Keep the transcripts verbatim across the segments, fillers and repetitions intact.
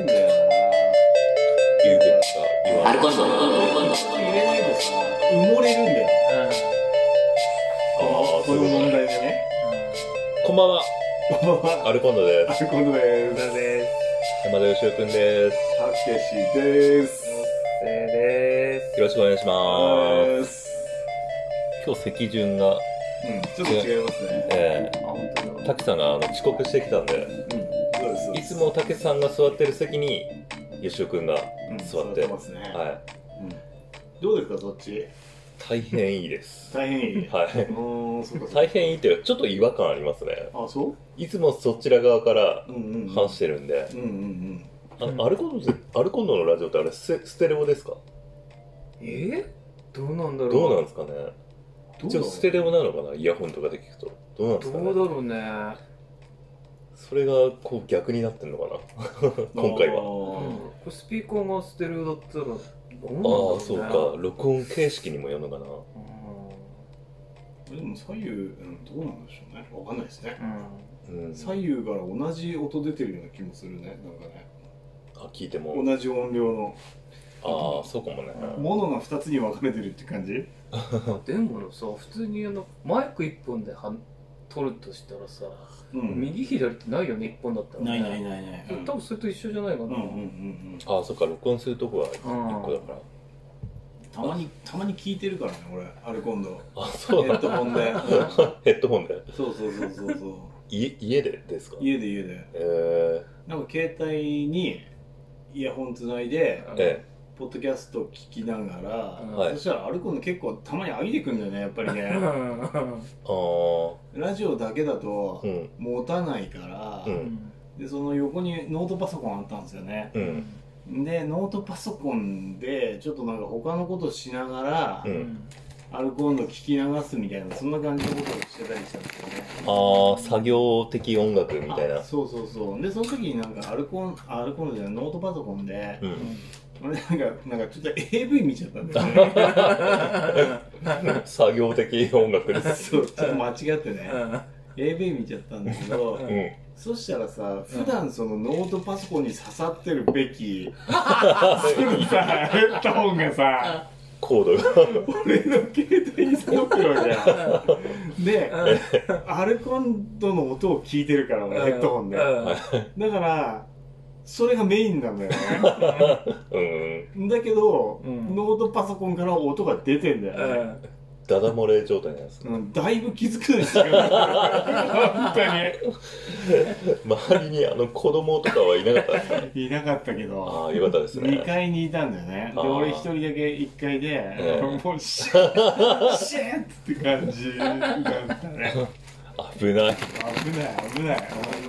んだよな。 言うべきか言わアルコンド入れないとさ、埋もれるんだよ。 ああ、 この問題でね。 こんばんは。 こんばんは。 アルコンドでアす。 ルコンドでだす。 です。 山田義雄くんです。 たけしです。 せいです。 よろしくお願いしまです。 す。今日席順が、 うん、ちょっと違いますね。 えあ、本当だ。 ー、たけさんがあの遅刻してきたんで、 うん、そうですそうです。 いつもたけさんが座ってる席に義雄くんがうん座って、 ますね。 はうん。どうですか、そっち？ い、大変いいです。 大変いい。 はい。 うーん、そうかそうか。 大変いいっていうかちょっと違和感ありますね。 あ、そいつもそちら側からう？うんうんうん。 話してるんで、 うんうんうん。 あアルコンドってアルコンドのラジオってあれスステレオですか？ えどうなんだろう。 どうなんですかね。 どう一応ステレオなのかな、イヤホンとかで聞くと。どうなんですかね。 どうだろうね。 それがこう逆になってんのかな今回は。 うん、これスピーカーがステレオだったらどうなんだあろうね。 あ、そうか。録音形式にもよるのかな。 うでも左右、うん、どうなんでしょうね。わかんないですね。 ん。うん。 うん。 左右から同じ音出てるような気もするね。なんかね。 あ、聞いても。 同じ音量のああ、そうかもね。 ものがふたつに分かれてるって感じ。 でもさ、普通にあのマイク一本では撮るとしたらさ、 うん右左ってないよね、一本だったら、ね。 ないないないない。 多分それと一緒じゃないかな。 うんうんうんうん。 ああ、そっか。録音するとこはいっこだから。 たまにたまに聞いてるからね、俺アルコンド。 あ、そうヘッなんだ。 ドホンで。 ヘッドホンで。 そうそうそうそうそう。 家家でですか？ 家で家で。 えなんか携帯にイヤホンつないで。 ー、えポッドキャスト聞きながら、 うんはいそしたらアルコンド結構たまに飽きてくんだよね、やっぱりね。 ー、ああ、 ラジオだけだとうん、 持たないから、 うんでその横にノートパソコンあったんですよね。 うん、 でノートパソコンでちょっとなんか他のことしながら、 うんアルコンド聞き流すみたいなそんな感じのことをしてたりしたんですよね。 ああ、作業的音楽みたいなあ。そうそうそうでその時になんかアルコンアルコンドじゃないノートパソコンで、 うん。 俺なんかなんかちょっと エーブイ 見ちゃったんだよね。 作業的音楽です。 そうちょっと間違ってね エーブイ 見ちゃったんだけど、 うん。 そしたらさ普段そのノートパソコンに刺さってるべきそのさヘッドホンがさコードが。 俺の携帯に刺さってるわけやでアルコンドの音を聞いてるから俺ヘッドホンでだからそれがメインなんだよねうん。 だけど、 うんノートパソコンから音が出てんだよね、 ダダ漏れ状態なんですか。 うん、だいぶ気づくんですよ本当周りにあの子供とかはいなかったですか。 にいなかったけどああ、よかったですね。 にかいにいたんだよね。で、 あー俺一人だけいっかいで、 えもうシェッシェッって感じだったね。 危ない。 危ない、危ない。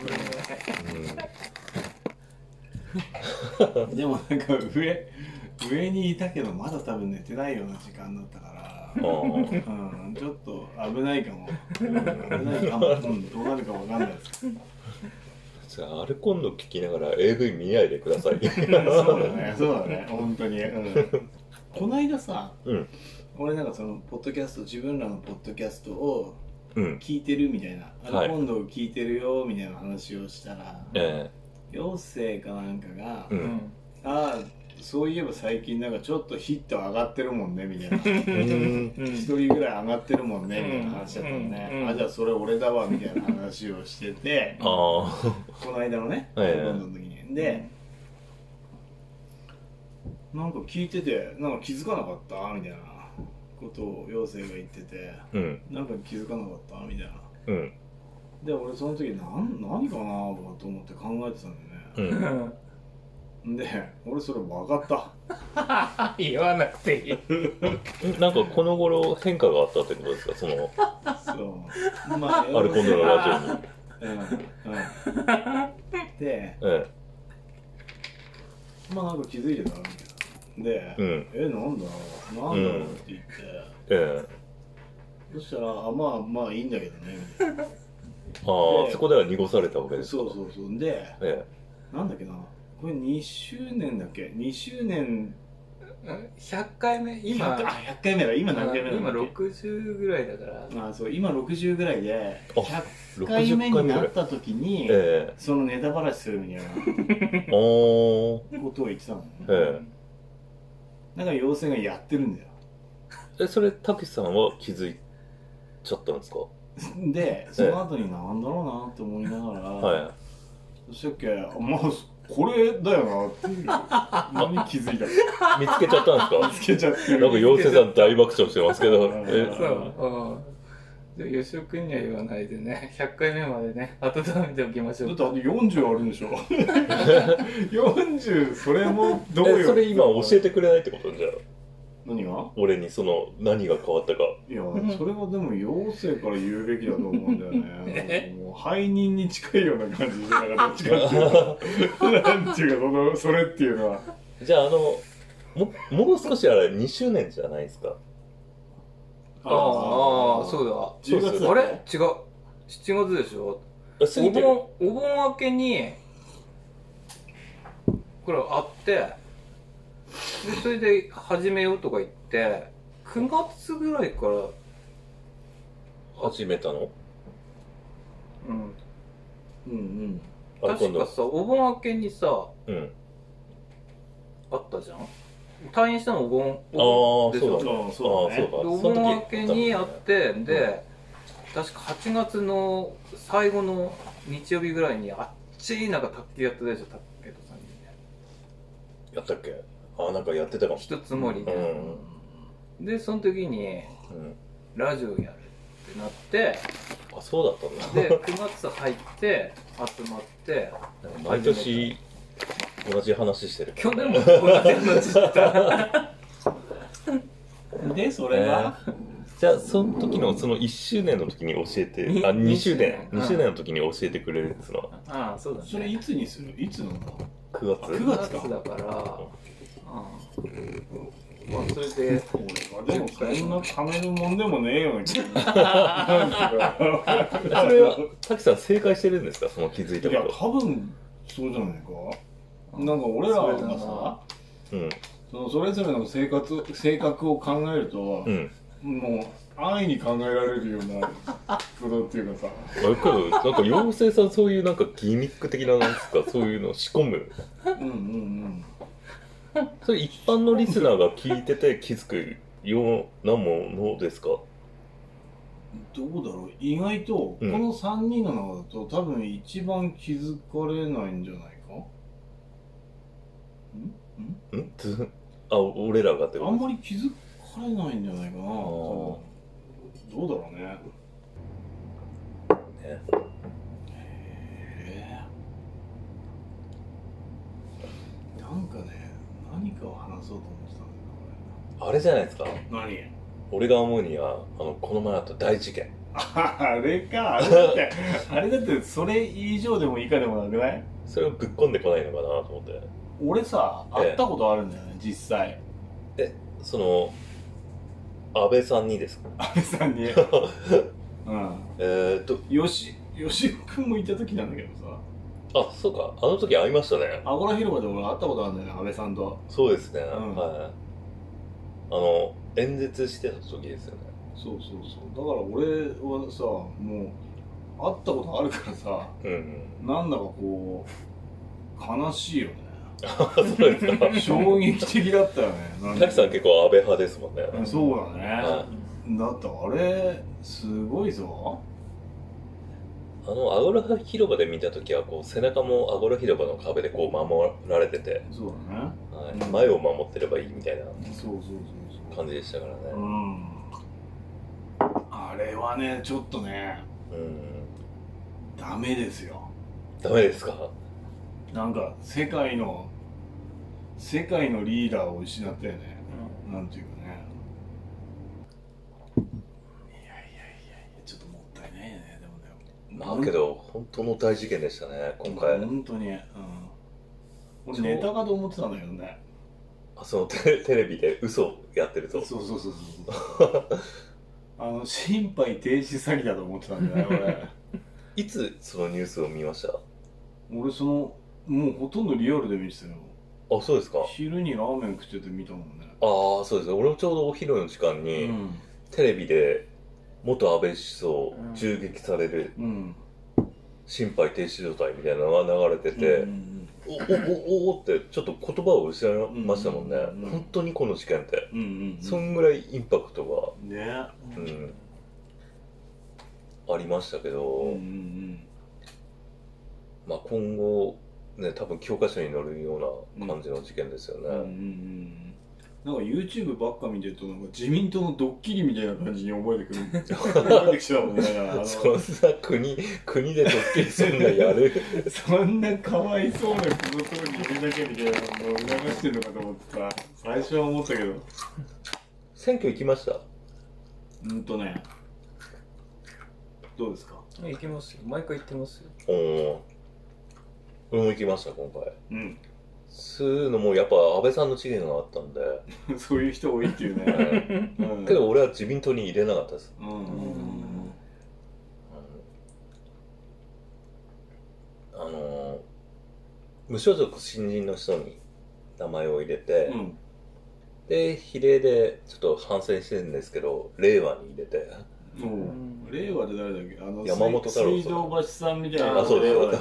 でもなんか上、上にいたけど、まだ多分寝てないような時間だったから、 うんうん、ちょっと危ないかも。危ないかも。うん、どうなるかわかんないです。 じゃあアルコンド聞きながら エーブイ 見ないでください。 そうだね、そうだね、本当に。うん、この間さ、 うん。 俺なんかそのポッドキャスト自分らのポッドキャストをうん。 聞いてるみたいな、 はいアルコンドを聞いてるよみたいな話をしたら、 え妖精かなんかが、 え。う。 うんん。 ああそういえば最近なんかちょっとヒット上がってるもんねみたいなうん。 うん一人ぐらい上がってるもんねみたいな話だったのね、 うんあじゃあそれ俺だわみたいな話をしててあこの間のね、 ええアルコンドの時にで、なんか聞いててなんか気づかなかったみたいなことを妖精が言っててあ。うん。 なんか気づかなかったみたいなうん。 で俺その時なん何かなと思って考えてたんだよね、 うん。 で俺それ分かった言わなくていい。 なんかこの頃変化があったってことですか、そのそうまあアルコンドのラジオに。 うんうんでえまあなんか気づいてたみたいなで、 うんえなんだろうなんだろうって言って、 え。えそしたらあまあまあいいんだけどねみたいなえ。ああ、そこでは濁されたわけですか。 そうそうそうでえなんだっけなこれにしゅうねんだっけにしゅうねんひゃっかいめ今あひゃっかいめだ今何回目だ今ろくじゅうぐらいだからあそう今ろくじゅうぐらいでひゃっかいめになった時に、ええ、そのネタばらしするみたいなことを言ってたの、ね、ええ、だから妖精がやってるんだよ。 えそれたけしさんは気づいちゃったんですか？ でその後になんだろうなって思いながら、はい、そしたっけまあこれだよなっていう何に気づいたか見つけちゃったんですか？ 見つけちゃってる。 なんか妖精さん大爆笑してますけどえそうじゃあ吉尾君には言わないでねひゃっかいめまでね温めておきましょう。 だってよんじゅうあるんでしょよんじゅうそれもどうよ。 それ今教えてくれないってことじゃあ何が？ 俺にその何が変わったか。 いやそれはでも妖精から言うべきだと思うんだよねもう背任に近いような感じでなんかどっちかっていうとなんていうかそのそれっていうのはじゃああのももう少しあれにしゅうねんじゃないですか？ ああそうだじゅうがつだ、ね、 あれ違うしちがつでしょ。お盆お盆明けにこれ会ってでそれで始めようとか言ってくがつぐらいから始めたの？ うんうんうん確かさお盆明けにさ、うん、あったじゃん。退院したのお盆お盆でしょ。 ああそうだね。 お盆明けにあってで確かはちがつの最後の日曜日ぐらいにあっちいなんか卓球やってたでしょ。竹戸さんにねやったっけ？ああなんかやってたかも。 一つ盛りで、うん、でその時に、うん、ラジオやるってなってあそうだったんだ。 でくがつ入って集まって毎年同じ話してる。 去年も同じ話してたでそれは、 えー、じゃあその時のそのいっしゅうねんの時に教えてあにしゅうねんにしゅうねんの時に教えてくれるんですの。 ああそうだね。 それいつにする？いつなの？ くがつくがつかだからああまあそれででもそんなためるもんでもねえよそれは滝さん正解してるんですか？その気づいたこと。 いや多分そうじゃないか。なんか俺らがさ、うん、そのそれぞれの生活性格を考えると、うん、もう安易に考えられるようなことっていうかさなんか妖精さんそういうなんかギミック的ななんですかそういうのを仕込むうんうんうんそれ一般のリスナーが聞いてて気づくようなものですか？ どうだろう意外とこのさんにんの中だと多分一番気づかれないんじゃないか。 ん？ん？あ、俺らがってこと？ あんまり気づかれないんじゃないかな。どうだろうね。ね。へえ。なんかね、何かを話そうと思ってたんだよな、 これ。あれじゃないですか。 何？ 俺が思うには、あのこの前あった大事件。 あれか、あれだって、あれだってそれ以上でも以下でもなくない？ それをぶっ込んでこないのかなと思って。 俺さ、会ったことあるんだよね、実際。 え、その安倍さんにですか？ 安倍さんに。うん。 えーっと、 よし、よしおくんもいた時なんだけどさ。 あ、そうか、あの時会いましたね。 アゴラ広場で俺会ったことあるんだよね、安倍さんと。 そうですね、うん、はい。あの、演説してた時ですよね。 そうそうそう。だから俺はさ、もう、会ったことあるからさ、うんうん、なんだかこう、悲しいよね。 そうですか。 衝撃的だったよね。 滝さん結構安倍派ですもんね。 そうだね。はい、だってあれ、すごいぞ。 あのアゴラ広場で見たときはこう背中もアゴラ広場の壁でこう守られてて、 そうだね、 はい、前を守ってればいいみたいな感じでしたからね。 うん、あれはねちょっとね、うん、ダメですよ。 ダメですか？ なんか世界の世界のリーダーを失ったよね、うん、なんていうかね。 まあけど本当の大事件でしたね今回。 本当に、うん、俺ネタかと思ってたんだけどね。 あ、そのテレビで嘘やってると。 そうそうそうそうあの心肺停止詐欺だと思ってたんだよね俺。 いつそのニュースを見ました？ 俺そのもうほとんどリアルで見てたよ。 あ、 あ、そうですか。 昼にラーメン食ってて見たもんね。 ああ、そうです。俺もちょうどお昼の時間に、うん、テレビで元安倍首相銃撃される、うん、心肺停止状態みたいなのが流れてて、うん、おおおおってちょっと言葉を失いましたもんね、うんうん、本当にこの事件って、うんうんうん、そんぐらいインパクトが、ね、うん、ありましたけど、うんうんうん、まあ今後ね、多分教科書に載るような感じの事件ですよね、うんうんうん、 なんか YouTube ばっか見てるとなんか自民党のドッキリみたいな感じに覚えてくる覚えてきちゃうもんね。 そんな国国でドッキリそんなやるそんなかわいそうなことに入れなきゃみたいなのを促してるのかと思ってさ、最初は思ったけど。 選挙行きました？ うんとね、どうですか？ 行きますよ、毎回行ってますよ。 おお、俺も行きました今回。 うん。 そういうのもやっぱ安倍さんの知見があったんでそういう人多いっていうね、 うん、けど俺は自民党に入れなかったです、うんうんうん、あの無所属新人の人に名前を入れて、うん、で比例でちょっと反省してるんですけど令和に入れて、 うん、令和で誰だっけ、あの山本太郎水道橋さんみたいな。 あ、そうです、そうです。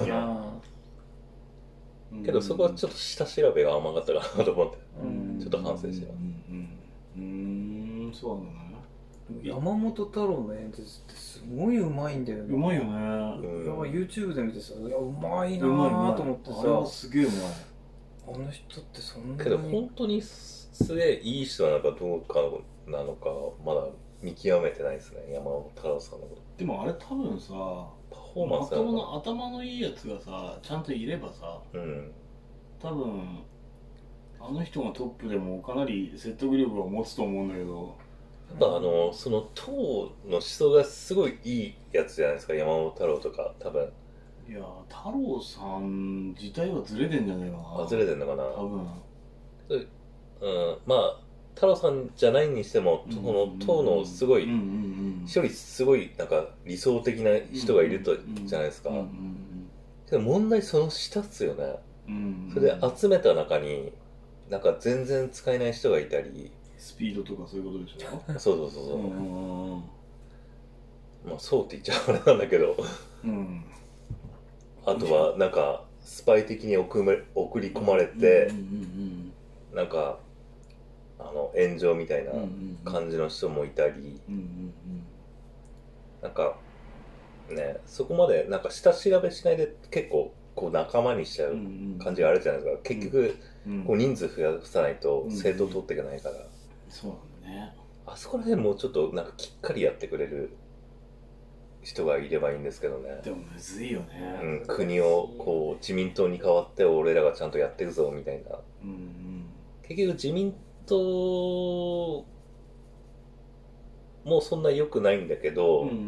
けどそこはちょっと下調べが甘かったかなと思って、うん、ちょっと反省してます。 うん、うん、うん、そうなのね。 山本太郎の演説ってすごいうまいんだよね。 うまいよね。 うん、やっぱ YouTube で見てさ、いやうまいなぁと思ってさ、あれはすげえうまい。 あの人ってそんなに。 けど本当にすげえいい人なのかどうかなのかまだ見極めてないですね、山本太郎さんのこと。 でもあれ多分さ、 パフォーマンス頭の頭のいいやつがさちゃんといればさ、うん、多分あの人がトップでもかなり説得力を持つと思うんだけど、 やっぱあのその党の思想がすごいいいやつじゃないですか、山本太郎とか。多分いや太郎さん自体はずれてんじゃねえかな。 あ、ずれてんのかな多分。 それ、うん、まあ太郎さんじゃないにしても、うん、この党のすごい一人すごいなんか理想的な人がいると、うん、じゃないですか、うんうんうん、けど問題その下っすよね、うんうん、それで集めた中になんか全然使えない人がいたり、 スピードとかそういうことでしょ。 そうそうそうそう、うん、まあそうって言っちゃあれなんだけど、うん、あとはなんかスパイ的に送り込まれて、うんうんうんうん、なんかあの炎上みたいな感じの人もいたり、うんうんうん、なんかね、そこまでなんか下調べしないで結構こう仲間にしちゃう感じがあるじゃないですか、うんうん、結局こう人数増やさないと政党取っていけないから、うんうん、 そうなんだね。 あそこら辺もうちょっとなんかきっかりやってくれる人がいればいいんですけどね。 でもむずいよね、 うん、国をこう自民党に代わって俺らがちゃんとやっていくぞみたいな、うんうん、結局自民党もうそんな良くないんだけど、うんうんうん、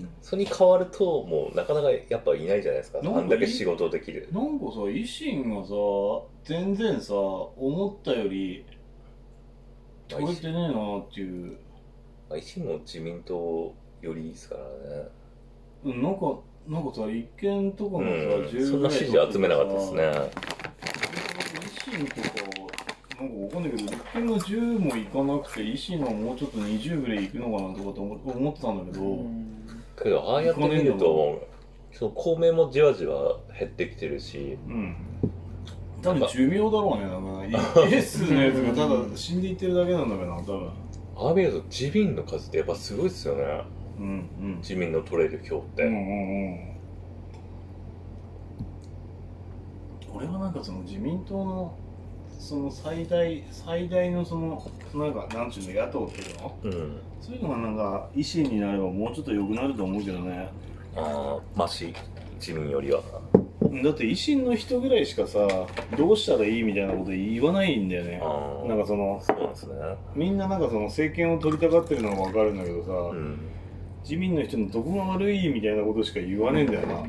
それに変わるともうなかなかやっぱいないじゃないですか、あんだけ仕事できる。 なんかさ、維新がさ全然さ思ったより取れてねえなっていう。 維新も自民党よりいいですからね。 うん、なんかなんかさ立憲とかもさ、 うん、じゅうそんな支持集めなかったですね。 維新とかなんかわかんないけど、立憲がじゅうもいかなくて維新がもうちょっとにじゅうぐらいいくのかなとかと思ってたんだけど、うん、 けどああやって見るとその公明もじわじわ減ってきてるし、うん、 多分寿命だろうね。なんかエースのやつがただ死んでいってるだけなんだけどな、多分。 ああ見ると自民の数ってやっぱすごいですよね、うんうん、自民の取れる票って、うんうんうん、 俺はなんかその自民党のその最大最大のそのなんかなんちゅうの野党っていうの、うん、そういうのがなんか維新になればもうちょっと良くなると思うけどね。 ああ、マシ自民よりは。 だって維新の人ぐらいしかさどうしたらいいみたいなこと言わないんだよね。なんかそのそうなんですね、 みんななんかその政権を取りたがってるのが分かるんだけどさ、うん、自民の人のどこが悪いみたいなことしか言わねえんだよな、うん、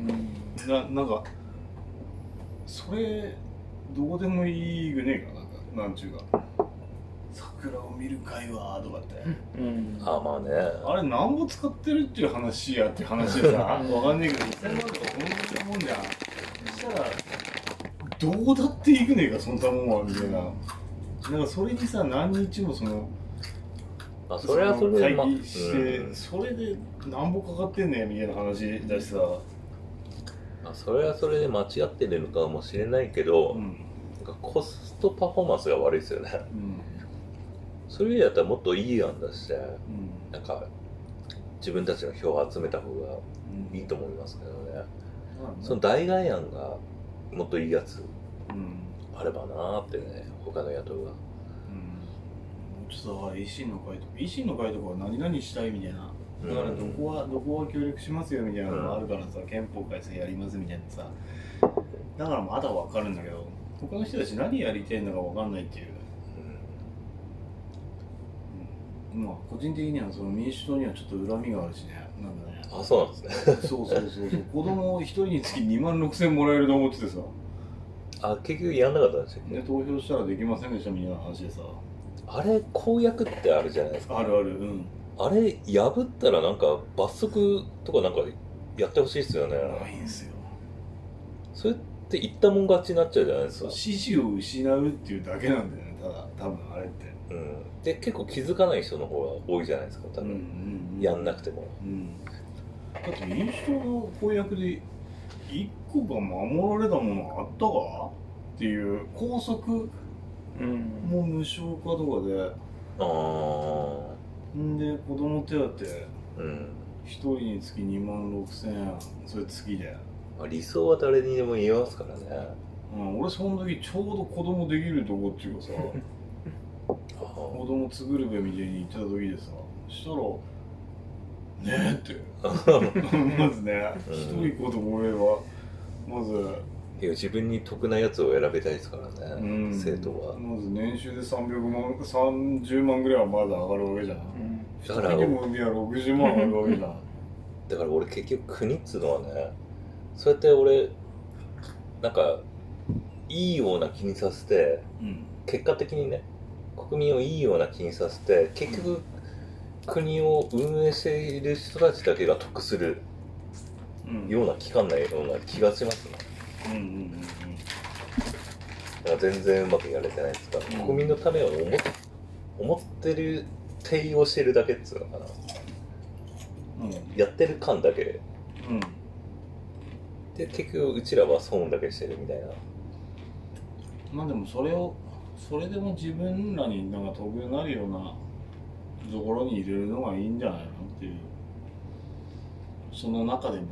な, なんかそれどうでもいいぐねえかなんかなんちゅうか桜を見る会話とかって、 うん、ああまあね、 あれなんぼ使ってるっていう話やっていう話でさわかんねえけどせんまんとかこのぐらいもんじゃん。そしたらどうだっていくねえかそんなもんはみたいな。なんかそれにさ何日もそのあそれはそれで会議して、 うん、 それで何ぼかかってんねんみたいな話だしさ、 あそれはそれで間違ってるのかもしれないけど、うん、なんかコストパフォーマンスが悪いですよね、うん、そういう意味だったらもっといい案出して、うん、なんか自分たちの票を集めた方がいいと思いますけどね、うん、その代替案がもっといいやつあればなーってね、他の野党が。 ちょっと維新の会とか維新の会とかは何々したいみたいな、だからどこは、うん、どこは協力しますよみたいなのがあるからさ、うん、憲法改正やりますみたいなさ、だからまだわかるんだけど他の人たち何やりたいのかわかんないっていう、うんうん、まあ個人的にはその民主党にはちょっと恨みがあるしね、なんだね。 あ、そうなんですね。 そうそうそうそう子供一人につきにまんろくせんもらえると思っててさ、 あ、結局やんなかったんですよね。 投票したらできませんでしたみたいな話でさ、 あれ公約ってあるじゃないですか。 あるある、うん。 あれ破ったらなんか罰則とかなんかやってほしいですよね。 ないんですよ。 それって言ったもん勝ちになっちゃうじゃないですか。 支持を失うっていうだけなんだよね。ただ多分あれって。 うん。で結構気づかない人の方が多いじゃないですか。多分、うんうんうん、やんなくても。うん、 だって民主党の公約でいっこが守られたものあったかっていう校則。うん、もう無償化とかで、あんで子供手当、うん、ひとりにつきにまんろくせんえん、それ月で、 まあ、理想は誰にでも言えますからね、 うん、俺その時ちょうど子供できるとこっていうかさ子供つぐるべみたいに行ってた時でさ、そしたらねえってまずね、ひとり子供俺はまずいや自分に得なやつを選びたいですからね、うん、政党はまず年収でさんびゃくまん、さんじゅうまんぐらいはまだ上がるわけじゃん、うん、だからでも海はろくじゅうまん上がるわけじゃんだから俺結局国っつうのはね、そうやって俺なんかいいような気にさせて、うん、結果的にね国民をいいような気にさせて結局、うん、国を運営している人たちだけが得するような機関なような気がしますね、うんうんうんうん、だから全然うまくやれてないですから、うん、国民のためを思っ、思ってる定義をしてるだけっつうのかな、うん、やってる感だけ、うん、で結局うちらは損だけしてるみたいな。 まあでもそれをそれでも自分らになんか得になるようなところに入れるのがいいんじゃないのっていう、その中でも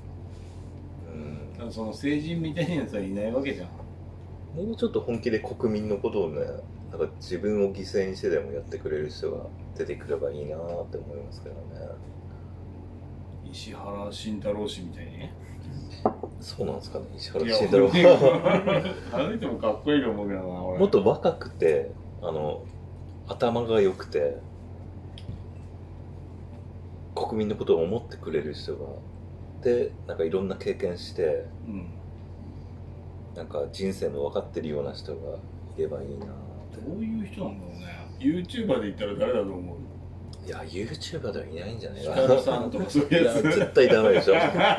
うん、その成人みたいなやつはいないわけじゃん。 もうちょっと本気で国民のことをね、なんか自分を犠牲にしてでもやってくれる人が出てくればいいなって思いますけどね。 石原慎太郎氏みたいにね。 そうなんですかね、石原慎太郎。 あの人もかっこいいと思うけどな、俺。 もっと若くて、あの頭が良くて、国民のことを思ってくれる人が。でなんかいろんな経験して、うん、なんか人生も分かってるような人がいればいいな。どういう人なんだろうね。 YouTuber で言ったら誰だと思う？ いや YouTuber ではいないんじゃないかな。 ヒカルさんとかそういうやつ絶対ダメでしょ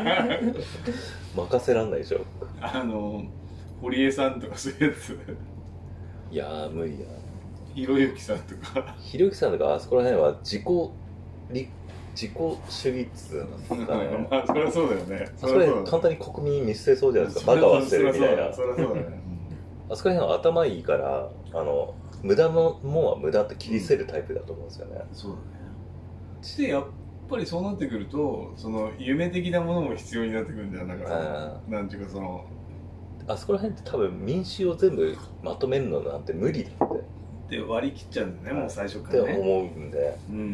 任せらんないでしょ。 あの堀江さんとかそういうやつ。 いやー無理だ。 ひろゆきさんとかひろゆきさんとかあそこら辺は自己理自己主義っつうのかね。 まあそりゃそうだよね。 あそこら辺簡単に国民見捨てそうじゃないですか。バカは捨てるみたいな。 そりゃそうだね。 あそこら辺は頭いいからあの無駄のもんは無駄って切り捨てるタイプだと思うんですよね、 うん、そうだね。してやっぱりそうなってくるとその夢的なものも必要になってくるんだよ。だからなんていうかそのあそこら辺って多分民衆を全部まとめるのなんて無理だってで割り切っちゃうんだよね、もう最初からねって思うんで、 うんうんうん、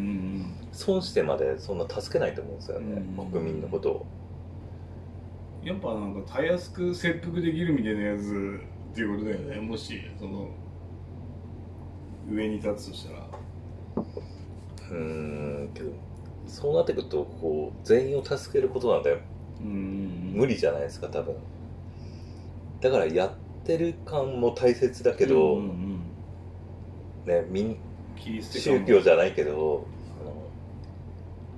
損してまでそんな助けないと思うんですよね、うんうん、国民のことを。 やっぱなんかたやすく切腹できるみたいなやつっていうことだよね。もしその上に立つとしたら。 うーんけどそうなってくるとこう全員を助けることなんて無理じゃないですか多分。だからやってる感も大切だけど、うんうんうんね、民宗教じゃないけどあの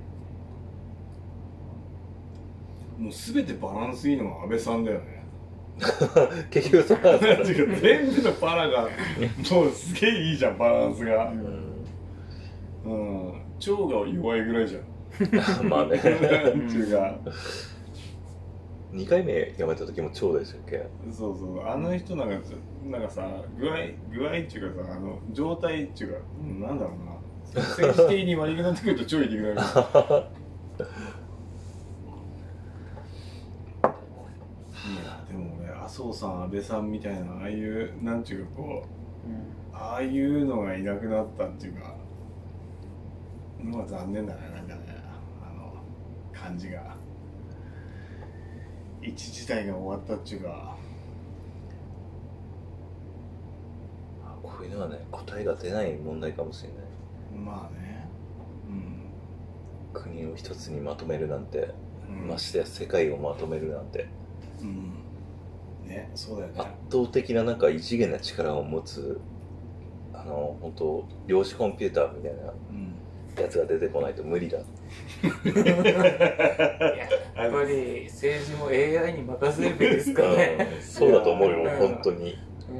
もう全てバランスいいのは安倍さんだよね。 結局そうなんですよ全部のパラがもうすげえいいじゃんバランスが、うん、うん、腸が弱いぐらいじゃんまあねなんちゅうかにかいめ辞めた時も腸でしたっけ。 そうそうあの人なんかなんかさ具合具合っていうかさあの状態っていうか、うん、なんだろうな政治的に悪くなってくると超いいくなるいやでもね麻生さん安倍さんみたいなああいうなんていうかこう、うん、ああいうのがいなくなったっていうかのは残念だねなんかねあの感じが一時代が終わったっていうかこういうのはね答えが出ない問題かもしれない。 まあね、うん、 国を一つにまとめるなんて、うん、ましてや世界をまとめるなんて、 うん、ねそうだよね。 圧倒的ななんか異次元な力を持つあの本当量子コンピューターみたいなやつが出てこないと無理だ。 やっぱり政治も エーアイ に任せるべきですかね、 うん、そうだと思うよ、うん、本当に、 うん、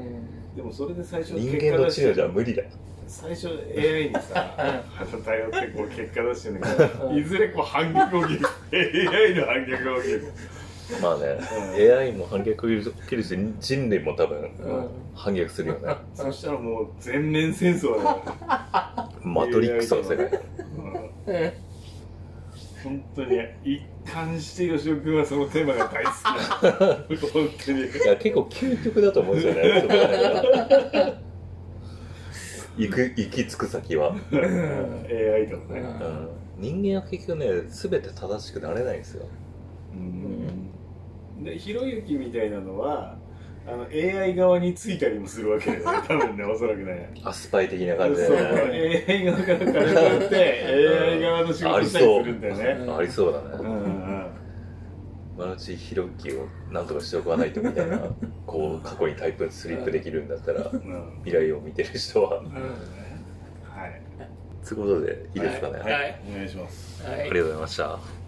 でもそれで最初人間の知能じゃ無理だ。 最初 エーアイ にさ頼ってこう結果出してるんだけどいずれこう反逆起きるエーアイ の反逆が起きる。 まあね、うん、エーアイ も反逆起きるし人類も多分、うん、反逆するよね。 そしたらもう全面戦争だよマトリックスの世界、 うん本当に一貫して吉尾君はそのテーマが大好き本当にいや結構究極だと思うんですよね行く行き着く先はエーアイ とかね、 うん、人間は結局ね全て正しくなれないんですよ。 うんでひろゆきみたいなのはあの エーアイ 側についたりもするわけだよね多分ねおそらくねアスパイ的な感じで、ね、 そう エーアイ 側から金を取って エーアイ 側の仕事したりするんだよね。 ありそうだね。 うんうん今のうちひろゆきをなんとかしておかないとみたいなこう過去にタイプスリップできるんだったら、うん、未来を見てる人は、うん、はいということでいいですかね。 はい、はい、お願いします、 はい、ありがとうございました。